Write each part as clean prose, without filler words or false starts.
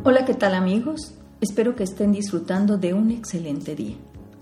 Hola, ¿qué tal amigos? Espero que estén disfrutando de un excelente día.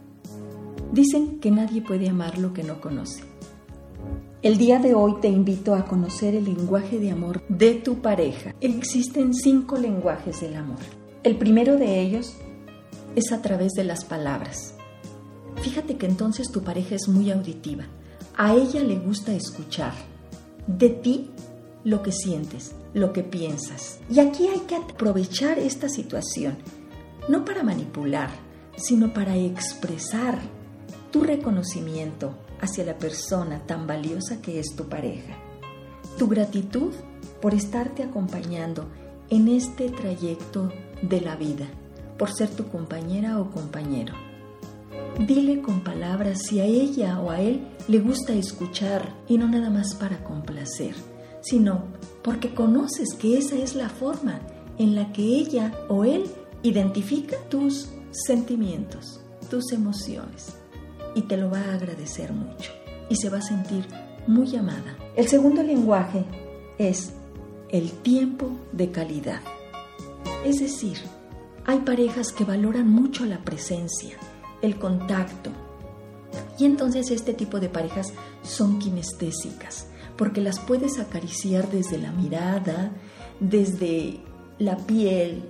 Dicen que nadie puede amar lo que no conoce. El día de hoy te invito a conocer el lenguaje de amor de tu pareja. Existen 5 lenguajes del amor. El primero de ellos es a través de las palabras. Fíjate que entonces tu pareja es muy auditiva. A ella le gusta escuchar de ti lo que sientes, lo que piensas. Y aquí hay que aprovechar esta situación, no para manipular, sino para expresar tu reconocimiento hacia la persona tan valiosa que es tu pareja. Tu gratitud por estarte acompañando en este trayecto de la vida, por ser tu compañera o compañero. Dile con palabras si a ella o a él le gusta escuchar, y no nada más para complacer, sino porque conoces que esa es la forma en la que ella o él identifica tus sentimientos, tus emociones, y te lo va a agradecer mucho y se va a sentir muy amada. El segundo lenguaje es el tiempo de calidad. Es decir, hay parejas que valoran mucho la presencia, el contacto, y entonces este tipo de parejas son kinestésicas, porque las puedes acariciar desde la mirada, desde la piel,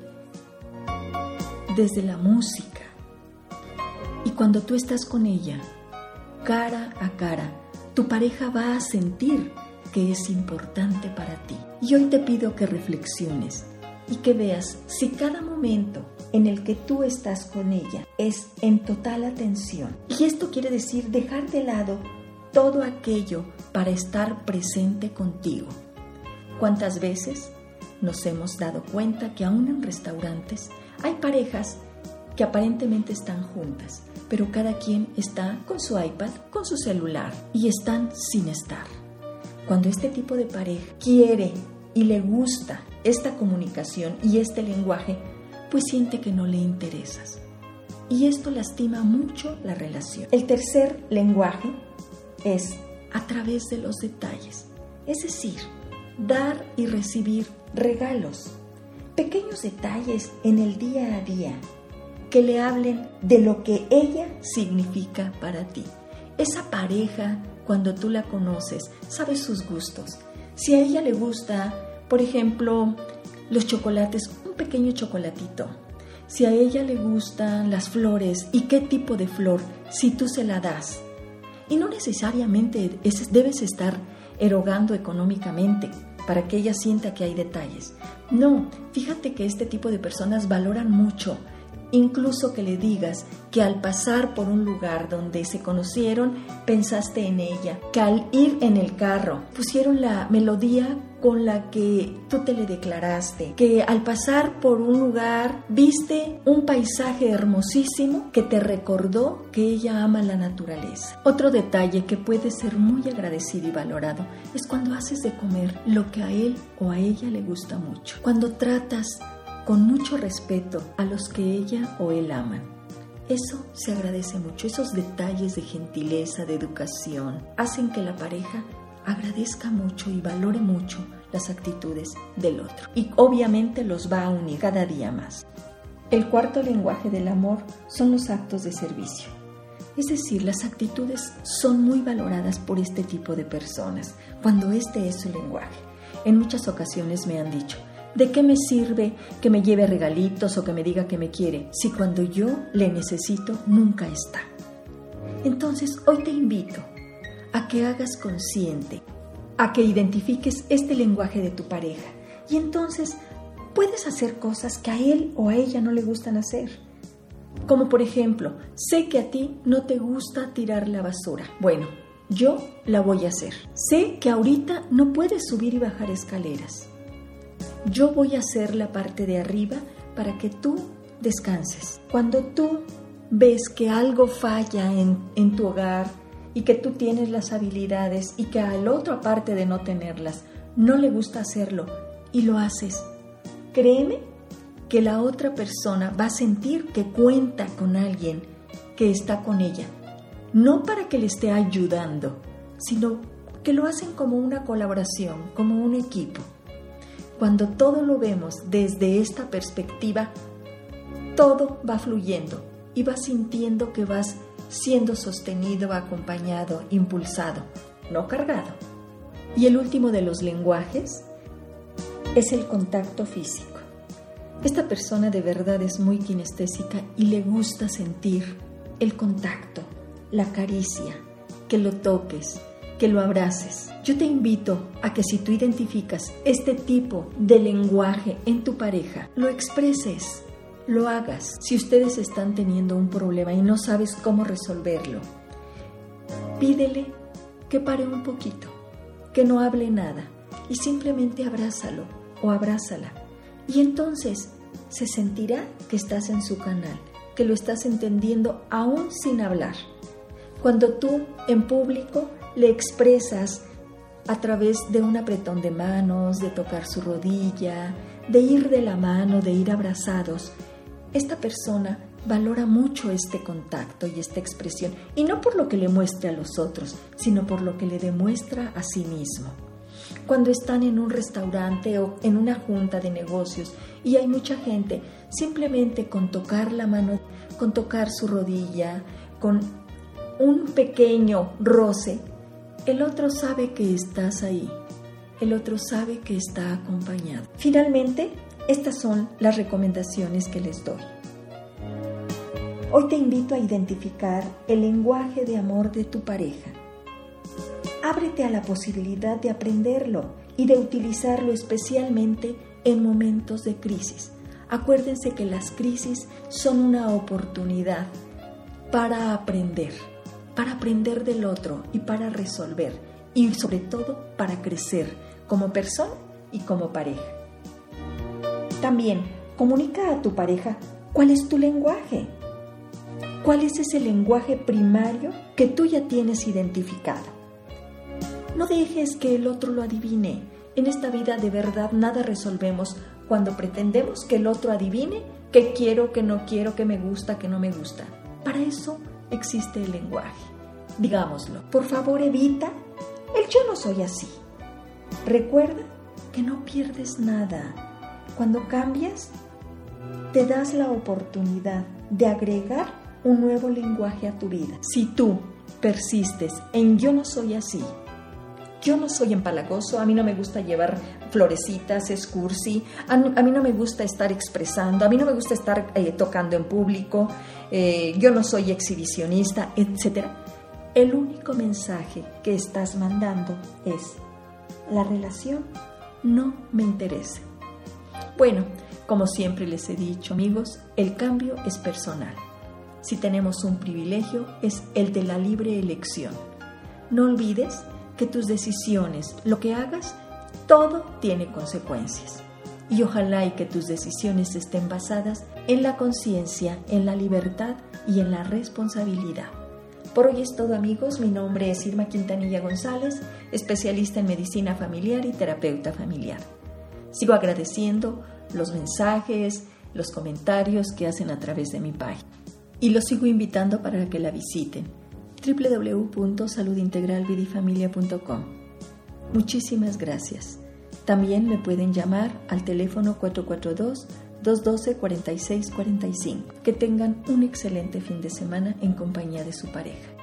desde la música. Y cuando tú estás con ella, cara a cara, tu pareja va a sentir que es importante para ti. Y hoy te pido que reflexiones y que veas si cada momento en el que tú estás con ella es en total atención. Y esto quiere decir dejar de lado todo aquello para estar presente contigo. ¿Cuántas veces nos hemos dado cuenta que aún en restaurantes hay parejas que aparentemente están juntas, pero cada quien está con su iPad, con su celular, y están sin estar? Cuando este tipo de pareja quiere y le gusta esta comunicación y este lenguaje, pues siente que no le interesas. Y esto lastima mucho la relación. El tercer lenguaje es a través de los detalles. Es decir, dar y recibir regalos, pequeños detalles en el día a día que le hablen de lo que ella significa para ti. Esa pareja, cuando tú la conoces, sabes sus gustos. Si a ella le gusta, por ejemplo, los chocolates, un pequeño chocolatito. Si a ella le gustan las flores, ¿y qué tipo de flor? Si tú se la das. Y no necesariamente debes estar erogando económicamente para que ella sienta que hay detalles. No, fíjate que este tipo de personas valoran mucho, incluso que le digas que al pasar por un lugar donde se conocieron, pensaste en ella, que al ir en el carro pusieron la melodía con la que tú te le declaraste, que al pasar por un lugar viste un paisaje hermosísimo que te recordó que ella ama la naturaleza. Otro detalle que puede ser muy agradecido y valorado es cuando haces de comer lo que a él o a ella le gusta mucho, cuando tratas con mucho respeto a los que ella o él aman. Eso se agradece mucho. Esos detalles de gentileza, de educación, hacen que la pareja agradezca mucho y valore mucho las actitudes del otro. Y obviamente los va a unir cada día más. El cuarto lenguaje del amor son los actos de servicio. Es decir, las actitudes son muy valoradas por este tipo de personas, cuando este es su lenguaje. En muchas ocasiones me han dicho: ¿de qué me sirve que me lleve regalitos o que me diga que me quiere si cuando yo le necesito nunca está? Entonces, hoy te invito a que hagas consciente, a que identifiques este lenguaje de tu pareja, y entonces puedes hacer cosas que a él o a ella no le gustan hacer. Como por ejemplo, sé que a ti no te gusta tirar la basura. Bueno, yo la voy a hacer. Sé que ahorita no puedes subir y bajar escaleras. Yo voy a hacer la parte de arriba para que tú descanses. Cuando tú ves que algo falla en tu hogar y que tú tienes las habilidades y que a la otra parte de no tenerlas no le gusta hacerlo y lo haces, créeme que la otra persona va a sentir que cuenta con alguien que está con ella, no para que le esté ayudando, sino que lo hacen como una colaboración, como un equipo. cuando todo lo vemos desde esta perspectiva, todo va fluyendo y vas sintiendo que vas siendo sostenido, acompañado, impulsado, no cargado. Y el último de los lenguajes es el contacto físico. Esta persona de verdad es muy kinestésica y le gusta sentir el contacto, la caricia, que lo toques, que lo abraces. Yo te invito a que si tú identificas este tipo de lenguaje en tu pareja, lo expreses, lo hagas. Si ustedes están teniendo un problema y no sabes cómo resolverlo, pídele que pare un poquito, que no hable nada y simplemente abrázalo o abrázala. Y entonces se sentirá que estás en su canal, que lo estás entendiendo aún sin hablar. Cuando tú en público le expresas a través de un apretón de manos, de tocar su rodilla, de ir de la mano, de ir abrazados, esta persona valora mucho este contacto y esta expresión, y no por lo que le muestre a los otros, sino por lo que le demuestra a sí mismo. Cuando están en un restaurante o en una junta de negocios y hay mucha gente, simplemente con tocar la mano, con tocar su rodilla, con un pequeño roce, el otro sabe que estás ahí, el otro sabe que está acompañado. Finalmente, estas son las recomendaciones que les doy. Hoy te invito a identificar el lenguaje de amor de tu pareja. Ábrete a la posibilidad de aprenderlo y de utilizarlo especialmente en momentos de crisis. Acuérdense que las crisis son una oportunidad para aprender del otro y para resolver, y sobre todo para crecer como persona y como pareja. También comunica a tu pareja cuál es tu lenguaje. ¿Cuál es ese lenguaje primario que tú ya tienes identificado? No dejes que el otro lo adivine. En esta vida de verdad nada resolvemos cuando pretendemos que el otro adivine qué quiero, qué no quiero, qué me gusta, qué no me gusta. Para eso existe el lenguaje. Digámoslo. Por favor, evita el yo no soy así. Recuerda que no pierdes nada. Cuando cambias, te das la oportunidad de agregar un nuevo lenguaje a tu vida. Si tú persistes en yo no soy así, yo no soy empalagoso, a mí no me gusta llevar florecitas, es cursi, a mí no me gusta estar expresando, a mí no me gusta estar tocando en público, yo no soy exhibicionista, etc. El único mensaje que estás mandando es: la relación no me interesa. Bueno, como siempre les he dicho, amigos, el cambio es personal. Si tenemos un privilegio, es el de la libre elección. No olvides que tus decisiones, lo que hagas, todo tiene consecuencias. Y ojalá y que tus decisiones estén basadas en la conciencia, en la libertad y en la responsabilidad. Por hoy es todo, amigos. Mi nombre es Irma Quintanilla González, especialista en medicina familiar y terapeuta familiar. Sigo agradeciendo los mensajes, los comentarios que hacen a través de mi página. Y los sigo invitando para que la visiten. www.saludintegralvidifamilia.com. Muchísimas gracias. También me pueden llamar al teléfono 442-212-4645. Que tengan un excelente fin de semana en compañía de su pareja.